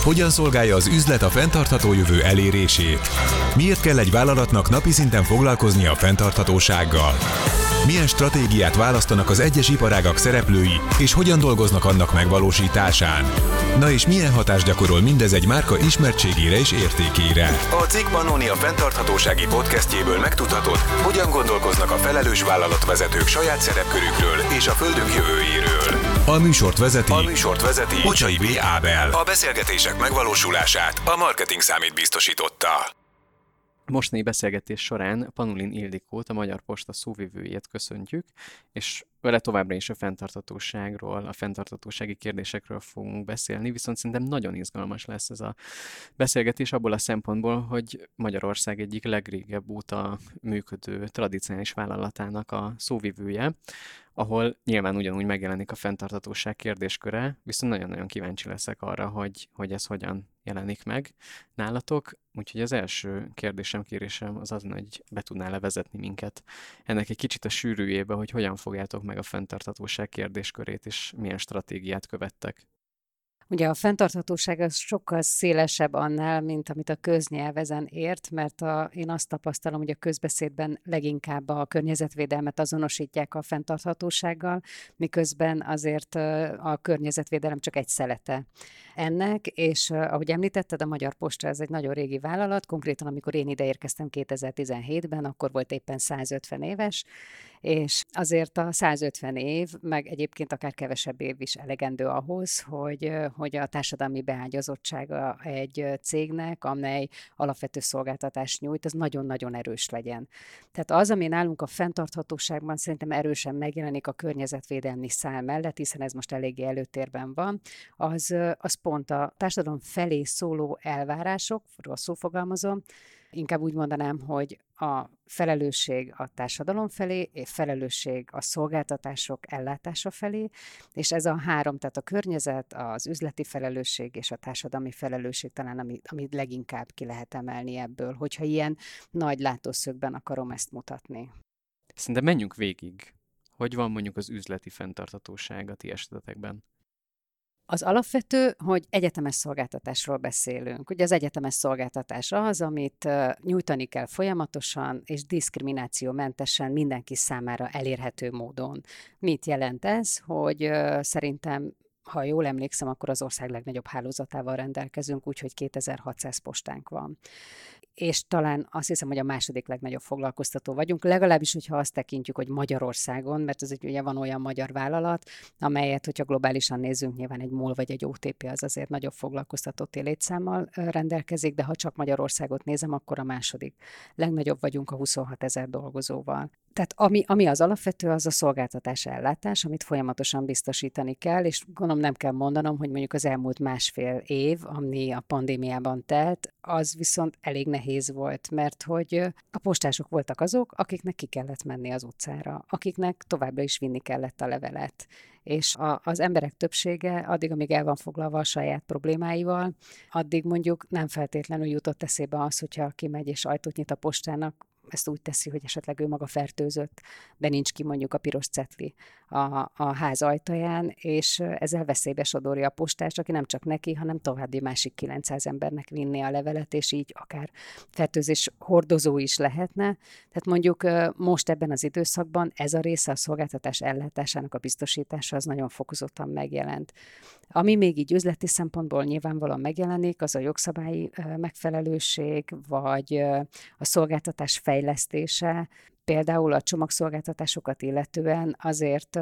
Hogyan szolgálja az üzlet a fenntartható jövő elérését? Miért kell egy vállalatnak napi szinten foglalkoznia a fenntarthatósággal? Milyen stratégiát választanak az egyes iparágak szereplői, és hogyan dolgoznak annak megvalósításán? Na és milyen hatást gyakorol mindez egy márka ismertségére és értékére? A Cikk Pannonia fenntarthatósági podcastjéből megtudhatod, hogyan gondolkoznak a felelős vállalatvezetők saját szerepkörükről és a földünk jövőjéről. A műsort vezeti Bocsai B. Ábel. A beszélgetések megvalósulását a Marketing Számít biztosította. Mostani beszélgetés során Panulin Ildikót, a Magyar Posta szóvivőjét köszöntjük, és vele továbbra is a fenntarthatóságról, a fenntarthatósági kérdésekről fogunk beszélni, viszont szerintem nagyon izgalmas lesz ez a beszélgetés abból a szempontból, hogy Magyarország egyik legrégebb óta működő tradicionális vállalatának a szóvivője, ahol nyilván ugyanúgy megjelenik a fenntarthatóság kérdésköre, viszont nagyon-nagyon kíváncsi leszek arra, hogy ez hogyan jelenik meg nálatok. Úgyhogy az első kérésem az, hogy be tudnál levezetni minket ennek egy kicsit a sűrűjébe, hogy hogyan fogjátok meg a fenntarthatóság kérdéskörét, és milyen stratégiát követtek. Ugye a fenntarthatóság az sokkal szélesebb annál, mint amit a köznyelv ezen ért, mert én azt tapasztalom, hogy a közbeszédben leginkább a környezetvédelmet azonosítják a fenntarthatósággal, miközben azért a környezetvédelem csak egy szelete ennek, és ahogy említetted, a Magyar Posta ez egy nagyon régi vállalat, konkrétan amikor én ide érkeztem 2017-ben, akkor volt éppen 150 éves, és azért a 150 év, meg egyébként akár kevesebb év is elegendő ahhoz, hogy a társadalmi beágyazottsága egy cégnek, amely alapvető szolgáltatást nyújt, az nagyon-nagyon erős legyen. Tehát az, ami nálunk a fenntarthatóságban szerintem erősen megjelenik a környezetvédelmi szál mellett, hiszen ez most eléggé előtérben van, az pont a társadalom felé szóló elvárások, rosszul fogalmazom, inkább úgy mondanám, hogy a felelősség a társadalom felé, és felelősség a szolgáltatások ellátása felé, és ez a három, tehát a környezet, az üzleti felelősség és a társadalmi felelősség talán, amit leginkább ki lehet emelni ebből, hogyha ilyen nagy látószögben akarom ezt mutatni. Szerintem menjünk végig. Hogy van mondjuk az üzleti fenntarthatóság a ti esetetekben? Az alapvető, hogy egyetemes szolgáltatásról beszélünk. Ugye az egyetemes szolgáltatás az, amit nyújtani kell folyamatosan és diszkriminációmentesen mindenki számára elérhető módon. Mit jelent ez? Hogy szerintem, ha jól emlékszem, akkor az ország legnagyobb hálózatával rendelkezünk, úgyhogy 2600 postánk van. És talán azt hiszem, hogy a második legnagyobb foglalkoztató vagyunk, legalábbis, hogyha azt tekintjük, hogy Magyarországon, mert ez ugye van olyan magyar vállalat, amelyet, hogyha globálisan nézzünk, nyilván egy MOL vagy egy OTP az azért nagyobb foglalkoztatott létszámmal rendelkezik, de ha csak Magyarországot nézem, akkor a második legnagyobb vagyunk a 26 000 dolgozóval. Tehát ami az alapvető, az a szolgáltatás ellátás, amit folyamatosan biztosítani kell, és gondolom nem kell mondanom, hogy mondjuk az elmúlt másfél év, ami a pandémiában telt, az viszont elég nehéz volt, mert hogy a postások voltak azok, akiknek ki kellett menni az utcára, akiknek továbbra is vinni kellett a levelet. És az emberek többsége addig, amíg el van foglalva a saját problémáival, addig mondjuk nem feltétlenül jutott eszébe az, hogyha kimegy és ajtót nyit a postának, ezt úgy teszi, hogy esetleg ő maga fertőzött, de nincs ki mondjuk a piros cetli a ház ajtaján, és ezzel veszélybe sodorja a postás, aki nem csak neki, hanem további másik 900 embernek vinné a levelet, és így akár fertőzés hordozó is lehetne. Tehát mondjuk most ebben az időszakban ez a része a szolgáltatás ellátásának a biztosítása az nagyon fokozottan megjelent. Ami még így üzleti szempontból nyilvánvalóan megjelenik, az a jogszabályi megfelelőség, vagy a szolgáltatás fejlesztése, például a csomagszolgáltatásokat illetően azért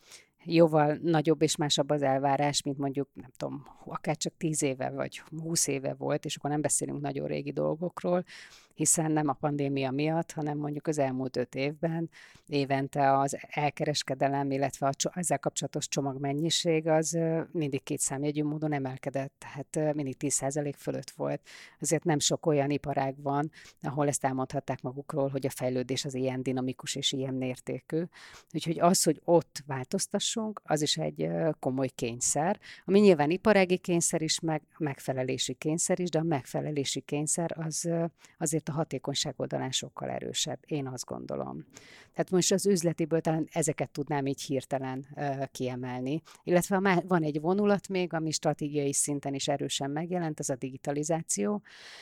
jóval nagyobb és másabb az elvárás, mint mondjuk, nem tudom, akár csak 10 éve vagy 20 éve volt, és akkor nem beszélünk nagyon régi dolgokról, hiszen nem a pandémia miatt, hanem mondjuk az elmúlt 5 évben évente az elkereskedelem, illetve ezzel kapcsolatos csomagmennyiség az mindig kétszámjegyű módon emelkedett, tehát mindig 10% fölött volt. Azért nem sok olyan iparág van, ahol ezt elmondhatták magukról, hogy a fejlődés az ilyen dinamikus és ilyen mértékű. Úgyhogy az, hogy ott változtassunk, szolgáltatásunk, az is egy komoly kényszer, ami nyilván iparági kényszer is, meg megfelelési kényszer is, de a megfelelési kényszer az azért a hatékonyság oldalán sokkal erősebb, én azt gondolom. Tehát most az üzletiből talán ezeket tudnám így hirtelen kiemelni. Illetve van egy vonulat még, ami stratégiai szinten is erősen megjelent, az a digitalizáció.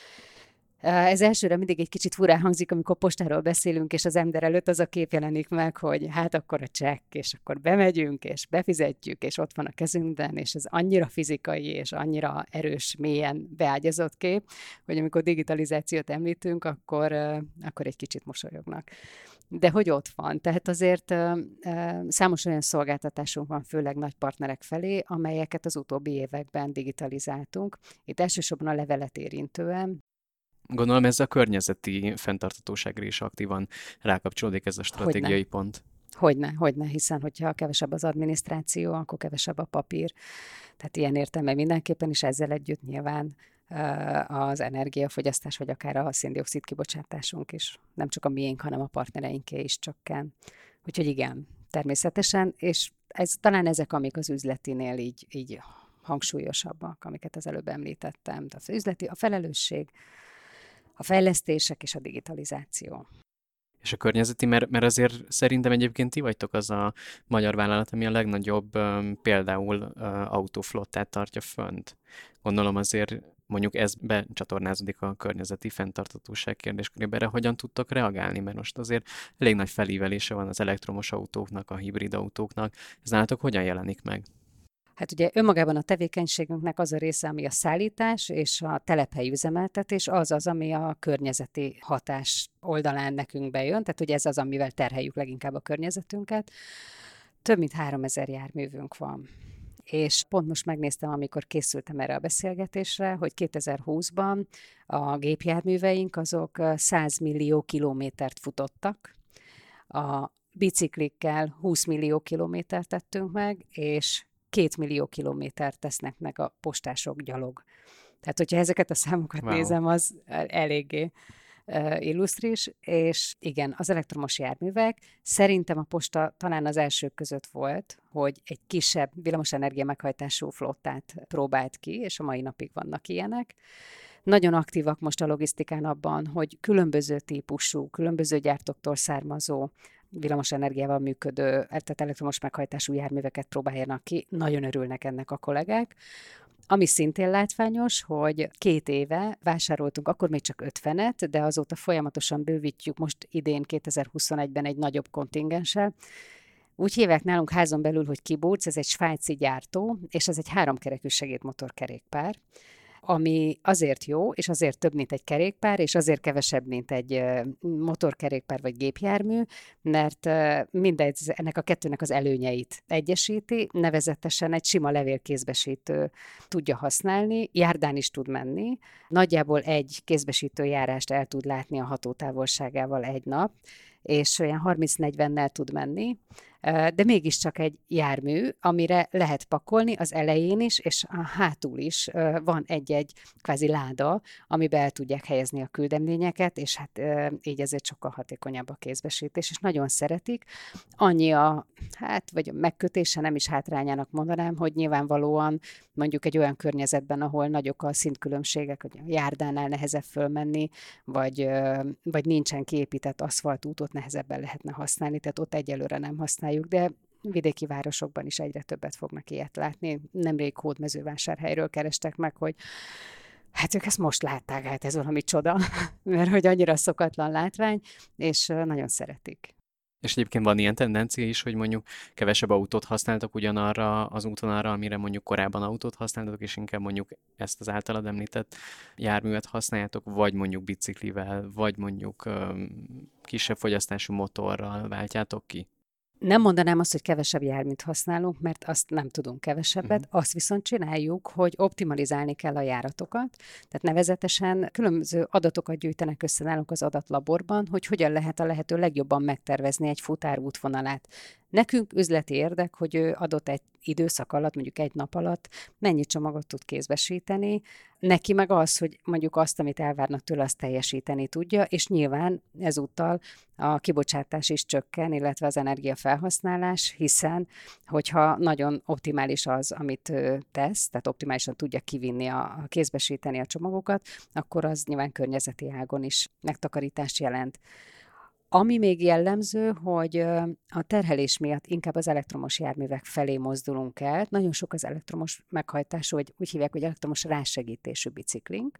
Ez elsőre mindig egy kicsit furán hangzik, amikor postáról beszélünk, és az ember előtt az a kép jelenik meg, hogy hát akkor a csekk, és akkor bemegyünk, és befizetjük, és ott van a kezünkben, és ez annyira fizikai, és annyira erős, mélyen beágyazott kép, hogy amikor digitalizációt említünk, akkor egy kicsit mosolyognak. De hogy ott van? Tehát azért számos olyan szolgáltatásunk van, főleg nagy partnerek felé, amelyeket az utóbbi években digitalizáltunk. Itt elsősorban a levelet érintően. Gondolom ez a környezeti fenntarthatóságra is aktívan rákapcsolódik ez a stratégiai pont. Hogyne, hiszen hogyha kevesebb az adminisztráció, akkor kevesebb a papír. Tehát ilyen értelme mindenképpen is ezzel együtt nyilván az energiafogyasztás, vagy akár a szén-dioxid kibocsátásunk is, nem csak a miénk, hanem a partnereinké is csökken. Úgyhogy igen, természetesen, és talán ezek, amik az üzletinél így hangsúlyosabbak, amiket az előbb említettem. Az üzleti, a felelősség, a fejlesztések és a digitalizáció. És a környezeti, mert azért szerintem egyébként ti vagytok az a magyar vállalat, ami a legnagyobb például autóflottát tartja fönt. Gondolom azért mondjuk ez becsatornázódik a környezeti fenntarthatóság kérdéskörébe. Erre hogyan tudtok reagálni? Mert most azért elég nagy felívelése van az elektromos autóknak, a hibrid autóknak. Ez nálatok hogyan jelenik meg? Hát ugye önmagában a tevékenységünknek az a része, ami a szállítás és a telephelyi üzemeltetés, az, ami a környezeti hatás oldalán nekünk bejön, tehát ugye ez az, amivel terheljük leginkább a környezetünket. Több mint 3000 járművünk van. És pont most megnéztem, amikor készültem erre a beszélgetésre, hogy 2020-ban a gépjárműveink azok 100 millió kilométert futottak, a biciklikkel 20 millió kilométert tettünk meg, és 2 millió kilométert tesznek meg a postások gyalog. Tehát, hogyha ezeket a számokat nézem, az eléggé illusztris, és igen, az elektromos járművek, szerintem a posta talán az elsők között volt, hogy egy kisebb villamosenergia meghajtású flottát próbált ki, és a mai napig vannak ilyenek. Nagyon aktívak most a logisztikán abban, hogy különböző típusú, különböző gyártóktól származó villamosenergiával működő, tehát elektromos meghajtású járműveket próbáljanak ki. Nagyon örülnek ennek a kollégák. Ami szintén látványos, hogy 2 éve vásároltunk, akkor még csak 50-et, de azóta folyamatosan bővítjük, most idén 2021-ben egy nagyobb kontingenssel. Úgy hívják nálunk házon belül, hogy Kiburz, ez egy svájci gyártó, és ez egy 3 kerekű segédmotorkerékpár, ami azért jó, és azért több, mint egy kerékpár, és azért kevesebb, mint egy motorkerékpár vagy gépjármű, mert ennek a kettőnek az előnyeit egyesíti, nevezetesen egy sima levélkézbesítő tudja használni, járdán is tud menni, nagyjából egy kézbesítő járást el tud látni a hatótávolságával egy nap, és olyan 30-40-nel tud menni, de mégiscsak egy jármű, amire lehet pakolni az elején is, és a hátul is van egy kvázi láda, amiben el tudják helyezni a küldeményeket, és hát így ezért sokkal hatékonyabb a kézbesítés, és nagyon szeretik. Annyi vagy a megkötése nem is hátrányának mondanám, hogy nyilvánvalóan mondjuk egy olyan környezetben, ahol nagyok a szintkülönbségek, hogy a járdánál nehezebb fölmenni, vagy nincsen kiépített aszfaltútot, nehezebben lehetne használni, tehát ott egyelőre nem használjuk, de vidéki városokban is egyre többet fognak ilyet látni. Nemrég Hódmezővásárhelyről kerestek meg, hogy hát ők ezt most látták, hát ez valami csoda, mert hogy annyira szokatlan látvány, és nagyon szeretik. És egyébként van ilyen tendencia is, hogy mondjuk kevesebb autót használtok ugyanarra az útvonalra, amire mondjuk korábban autót használtatok, és inkább mondjuk ezt az általad említett járművet használjátok, vagy mondjuk biciklivel, vagy mondjuk kisebb fogyasztású motorral váltjátok ki? Nem mondanám azt, hogy kevesebb járműt használunk, mert azt nem tudunk kevesebbet, azt viszont csináljuk, hogy optimalizálni kell a járatokat, tehát nevezetesen különböző adatokat gyűjtenek össze nálunk az adatlaborban, hogy hogyan lehet a lehető legjobban megtervezni egy futár útvonalát. Nekünk üzleti érdek, hogy ő adott egy időszak alatt, mondjuk egy nap alatt mennyi csomagot tud kézbesíteni, neki meg az, hogy mondjuk azt, amit elvárnak tőle, azt teljesíteni tudja, és nyilván ezúttal a kibocsátás is csökken, illetve az energiafelhasználás, hiszen hogyha nagyon optimális az, amit ő tesz, tehát optimálisan tudja kivinni, kézbesíteni a csomagokat, akkor az nyilván környezeti ágon is megtakarítást jelent. Ami még jellemző, hogy a terhelés miatt inkább az elektromos járművek felé mozdulunk el. Nagyon sok az elektromos meghajtású, vagy úgy hívják, hogy elektromos rásegítésű biciklink,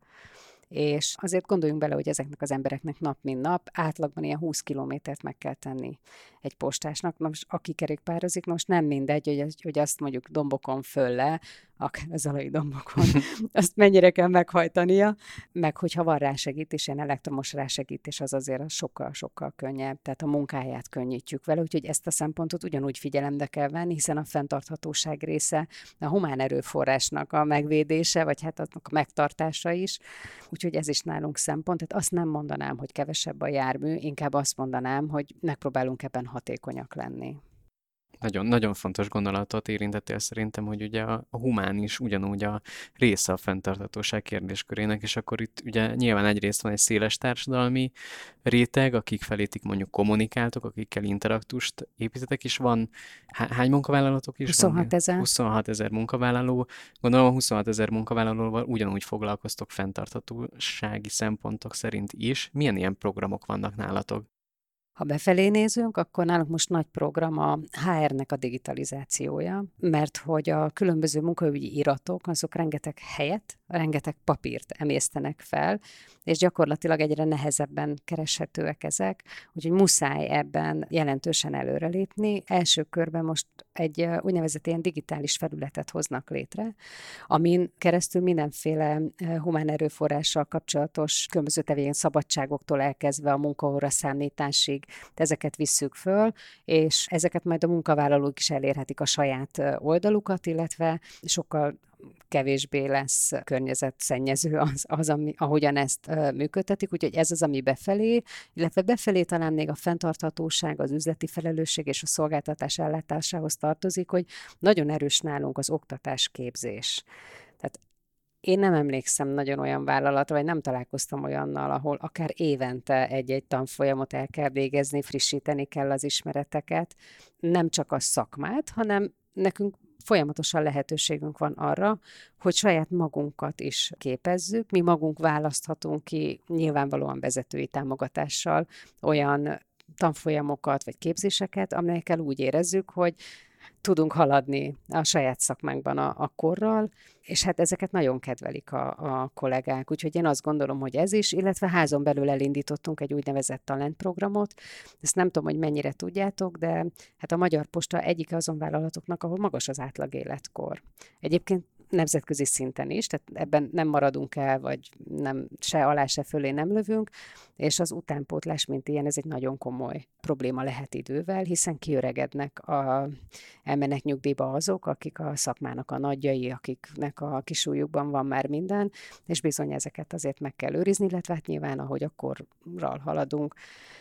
és azért gondoljunk bele, hogy ezeknek az embereknek nap mint nap átlagban ilyen 20 kilométert meg kell tenni egy postásnak. Na most aki kerékpározik, most nem mindegy, hogy azt mondjuk dombokon fölle, akár a Zalai dombokon, azt mennyire kell meghajtania, meg hogyha van rásegítés, ilyen elektromos rásegítés, az azért sokkal-sokkal könnyebb, tehát a munkáját könnyítjük vele, úgyhogy ezt a szempontot ugyanúgy figyelembe kell venni, hiszen a fenntarthatóság része a humán erőforrásnak a megvédése, vagy hát a megtartása is, úgyhogy ez is nálunk szempont, tehát azt nem mondanám, hogy kevesebb a jármű, inkább azt mondanám, hogy megpróbálunk ebben hatékonyak lenni. Nagyon, nagyon fontos gondolatot érintettél szerintem, hogy ugye a humán is ugyanúgy a része a fenntarthatóság kérdéskörének, és akkor itt ugye nyilván egyrészt van egy széles társadalmi réteg, akik felétik mondjuk kommunikáltok, akikkel interaktust építetek, és van hány munkavállalótok is? 26 000. 26 000 munkavállaló. Gondolom a 26 000 munkavállalóval ugyanúgy foglalkoztok fenntarthatósági szempontok szerint is. Milyen ilyen programok vannak nálatok? Ha befelé nézünk, akkor nálunk most nagy program a HR-nek a digitalizációja, mert hogy a különböző munkaügyi iratok, azok rengeteg helyet, rengeteg papírt emésztenek fel, és gyakorlatilag egyre nehezebben kereshetőek ezek, úgyhogy muszáj ebben jelentősen előrelépni. Első körben most egy úgynevezett ilyen digitális felületet hoznak létre, amin keresztül mindenféle humán erőforrással kapcsolatos különböző tevékenység szabadságoktól elkezdve a munkaóra számításig, ezeket visszük föl, és ezeket majd a munkavállalók is elérhetik a saját oldalukat, illetve sokkal kevésbé lesz környezetszennyező ahogyan ezt működtetik, úgyhogy ez az, ami befelé, illetve befelé talán még a fenntarthatóság, az üzleti felelősség és a szolgáltatás ellátásához tartozik, hogy nagyon erős nálunk az oktatásképzés. Tehát én nem emlékszem nagyon olyan vállalatra, vagy nem találkoztam olyannal, ahol akár évente egy-egy tanfolyamot el kell végezni, frissíteni kell az ismereteket, nem csak a szakmát, hanem nekünk folyamatosan lehetőségünk van arra, hogy saját magunkat is képezzük. Mi magunk választhatunk ki nyilvánvalóan vezetői támogatással olyan tanfolyamokat vagy képzéseket, amelyekkel úgy érezzük, hogy tudunk haladni a saját szakmánkban a korral, és hát ezeket nagyon kedvelik a kollégák. Úgyhogy én azt gondolom, hogy ez is, illetve házon belül elindítottunk egy úgynevezett talentprogramot. Ezt nem tudom, hogy mennyire tudjátok, de hát a Magyar Posta egyik azon vállalatoknak, ahol magas az átlag életkor. Egyébként nemzetközi szinten is, tehát ebben nem maradunk el, vagy nem se alá, se fölé nem lövünk, és az utánpótlás, mint ilyen, ez egy nagyon komoly probléma lehet idővel, hiszen kiöregednek, elmennek nyugdíjba azok, akik a szakmának a nagyjai, akiknek a kisújukban van már minden, és bizony ezeket azért meg kell őrizni, illetve hát nyilván, ahogy a korral haladunk,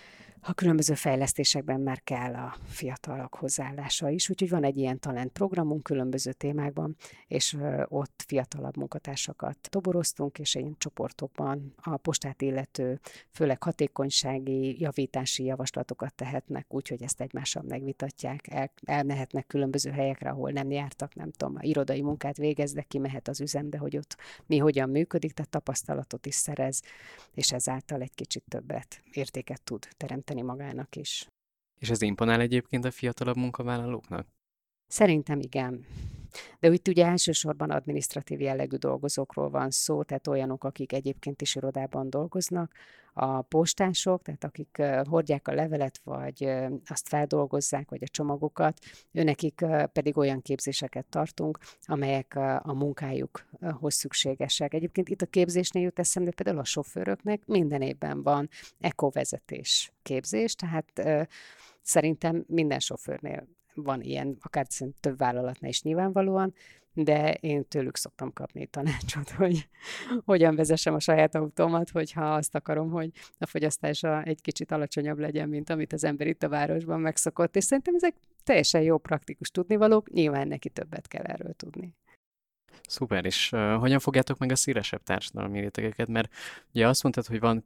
a különböző fejlesztésekben már kell a fiatalok hozzáállása is, úgyhogy van egy ilyen talentprogramunk különböző témákban, és ott fiatalabb munkatársakat toboroztunk, és ilyen csoportokban a postát illető, főleg hatékonysági, javítási javaslatokat tehetnek, úgyhogy ezt egymással megvitatják, elmehetnek különböző helyekre, ahol nem jártak, nem tudom, irodai munkát végeznek, kimehet az üzembe, hogy ott mi hogyan működik, tehát tapasztalatot is szerez, és ezáltal egy kicsit többet értéket tud teremteni magának is. És ez imponál egyébként a fiatalabb munkavállalóknak? Szerintem igen. De itt ugye elsősorban adminisztratív jellegű dolgozókról van szó, tehát olyanok, akik egyébként is irodában dolgoznak, a postások, tehát akik hordják a levelet, vagy azt feldolgozzák, vagy a csomagokat, őnekik pedig olyan képzéseket tartunk, amelyek a munkájukhoz szükségesek. Egyébként itt a képzésnél jut eszembe, például a sofőröknek minden évben van ekovezetés képzés, tehát szerintem minden sofőrnél van ilyen, akár több vállalatnál is nyilvánvalóan, de én tőlük szoktam kapni tanácsot, hogy hogyan vezessem a saját autómat, hogyha azt akarom, hogy a fogyasztása egy kicsit alacsonyabb legyen, mint amit az ember itt a városban megszokott. És szerintem ezek teljesen jó praktikus tudnivalók, nyilván neki többet kell erről tudni. Szuper, és hogyan fogjátok meg a szélesebb társadalmi rétegeket? Mert ugye azt mondtad, hogy van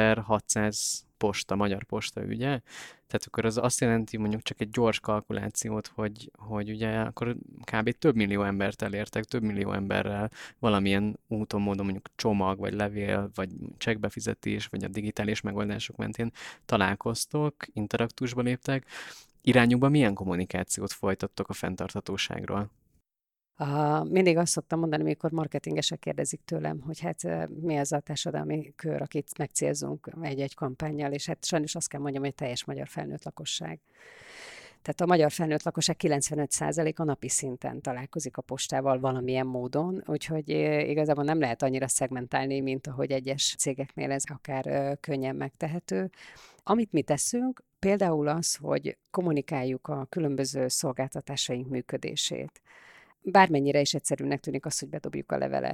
2600 posta, magyar posta ügye, tehát akkor az azt jelenti mondjuk csak egy gyors kalkulációt, hogy ugye akkor kb. Több millió embert elértek, több millió emberrel valamilyen úton, módon mondjuk csomag, vagy levél, vagy csekkbefizetés, vagy a digitális megoldások mentén találkoztok, interaktusba léptek. Irányukban milyen kommunikációt folytattok a fenntarthatóságról? Mindig azt szoktam mondani, amikor marketingesek kérdezik tőlem, hogy hát mi az a társadalmi kör, akit megcélzunk egy-egy kampánnyal, és hát sajnos azt kell mondjam, hogy teljes magyar felnőtt lakosság. Tehát a magyar felnőtt lakosság 95%-a napi szinten találkozik a postával valamilyen módon, úgyhogy igazából nem lehet annyira szegmentálni, mint ahogy egyes cégeknél ez akár könnyen megtehető. Amit mi teszünk, például az, hogy kommunikáljuk a különböző szolgáltatásaink működését. Bármennyire is egyszerűnek tűnik az, hogy bedobja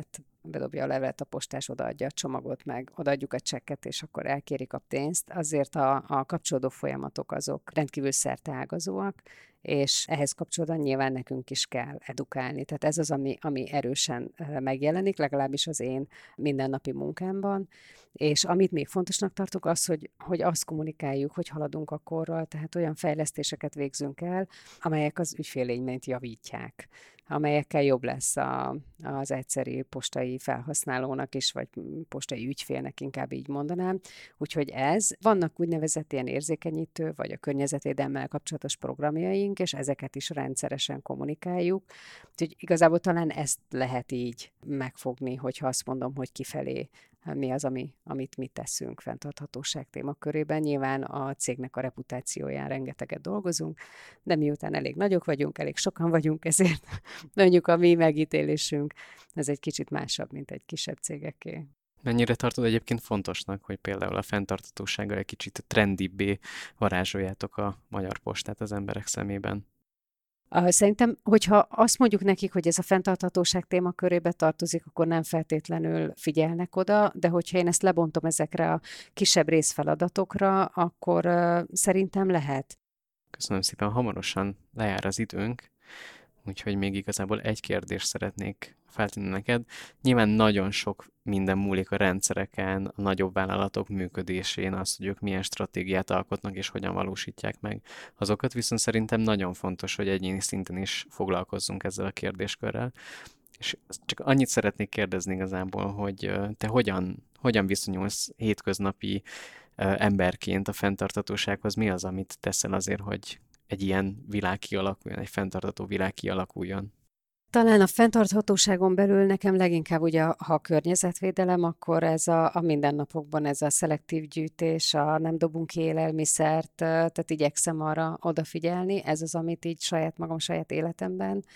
a levelet a postás, odaadja a csomagot, meg odaadjuk a csekket, és akkor elkérik a pénzt, azért a kapcsolódó folyamatok azok rendkívül szerteágazóak, és ehhez kapcsolódóan nyilván nekünk is kell edukálni. Tehát ez az, ami erősen megjelenik, legalábbis az én mindennapi munkámban, és amit még fontosnak tartok, az, hogy azt kommunikáljuk, hogy haladunk a korral, tehát olyan fejlesztéseket végzünk el, amelyek az ügyfélélményt javítják, amelyekkel jobb lesz az egyszeri postai felhasználónak is, vagy postai ügyfélnek, inkább így mondanám. Úgyhogy vannak úgynevezett ilyen érzékenyítő, vagy a környezetvédelemmel kapcsolatos programjaink, és ezeket is rendszeresen kommunikáljuk. Úgyhogy igazából talán ezt lehet így megfogni, hogyha azt mondom, hogy kifelé mi az, amit mi teszünk fenntarthatóság témakörében. Nyilván a cégnek a reputációján rengeteget dolgozunk, de miután elég nagyok vagyunk, elég sokan vagyunk, ezért mondjuk a mi megítélésünk, ez egy kicsit másabb, mint egy kisebb cégeké. Mennyire tartod egyébként fontosnak, hogy például a fenntarthatósággal egy kicsit trendibbé varázsoljátok a magyar postát az emberek szemében? Szerintem, hogyha azt mondjuk nekik, hogy ez a fenntarthatóság témakörébe tartozik, akkor nem feltétlenül figyelnek oda, de hogyha én ezt lebontom ezekre a kisebb részfeladatokra, akkor szerintem lehet. Köszönöm szépen, hamarosan lejár az időnk, úgyhogy még igazából egy kérdést szeretnék feltenni neked. Nyilván nagyon sok minden múlik a rendszereken, a nagyobb vállalatok működésén, az, hogy ők milyen stratégiát alkotnak és hogyan valósítják meg azokat, viszont szerintem nagyon fontos, hogy egyéni szinten is foglalkozzunk ezzel a kérdéskörrel. És csak annyit szeretnék kérdezni igazából, hogy te hogyan viszonyulsz hétköznapi emberként a fenntarthatósághoz, mi az, amit teszel azért, hogy egy ilyen világ kialakuljon, egy fenntartható világ kialakuljon? Talán a fenntarthatóságon belül nekem leginkább ugye, ha a környezetvédelem, akkor ez a mindennapokban ez a szelektív gyűjtés, a nem dobunk ki élelmiszert, tehát igyekszem arra odafigyelni, ez az, amit így saját életemben.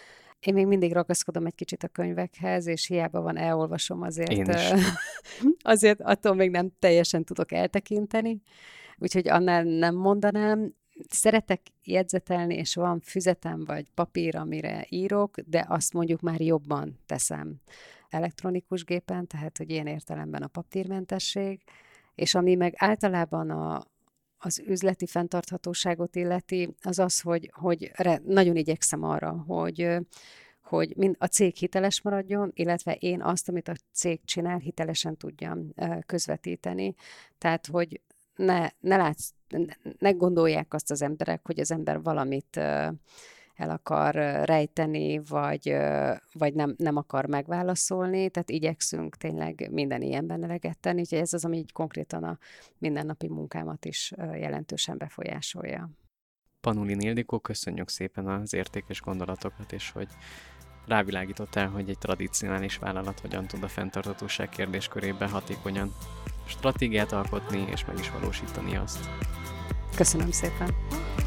Én még mindig ragaszkodom egy kicsit a könyvekhez, és hiába van elolvasom, azért attól még nem teljesen tudok eltekinteni, úgyhogy annál nem mondanám. Szeretek jegyzetelni, és van füzetem vagy papír, amire írok, de azt mondjuk már jobban teszem elektronikus gépen, tehát hogy ilyen értelemben a papírmentesség, és ami meg általában az üzleti fenntarthatóságot illeti, az, hogy nagyon igyekszem arra, hogy a cég hiteles maradjon, illetve én azt, amit a cég csinál, hitelesen tudjam közvetíteni. Tehát, hogy ne gondolják azt az emberek, hogy az ember valamit el akar rejteni, vagy nem akar megválaszolni, tehát igyekszünk tényleg minden ilyenben eleget tenni, úgyhogy ez az, ami így konkrétan a mindennapi munkámat is jelentősen befolyásolja. Panulin Ildikó, köszönjük szépen az értékes gondolatokat, és hogy rávilágítottál, hogy egy tradicionális vállalat hogyan tud a fenntarthatóság kérdéskörében hatékonyan stratégiát alkotni, és meg is valósítani azt. Köszönöm szépen!